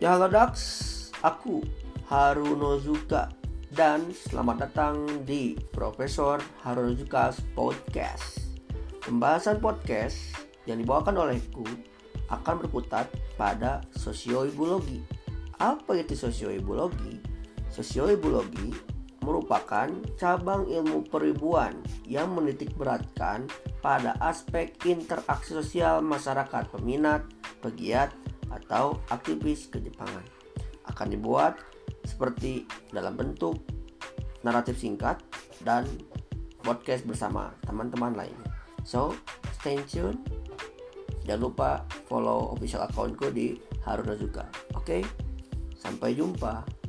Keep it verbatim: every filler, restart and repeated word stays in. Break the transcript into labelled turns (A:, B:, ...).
A: Ya halo Dax, aku Harunozuka dan selamat datang di Profesor Harunozuka's Podcast. Pembahasan podcast yang dibawakan olehku akan berkutat pada sosioibologi. Apa itu sosioibologi? Sosioibologi merupakan cabang ilmu peribuan yang menitik beratkan pada aspek interaksi sosial masyarakat peminat, pegiat, atau aktivis kejepangan. Akan dibuat seperti dalam bentuk naratif singkat dan podcast bersama teman-teman lainnya. So, stay tune. Jangan lupa follow official accountku di Harunozuka. Oke, sampai jumpa.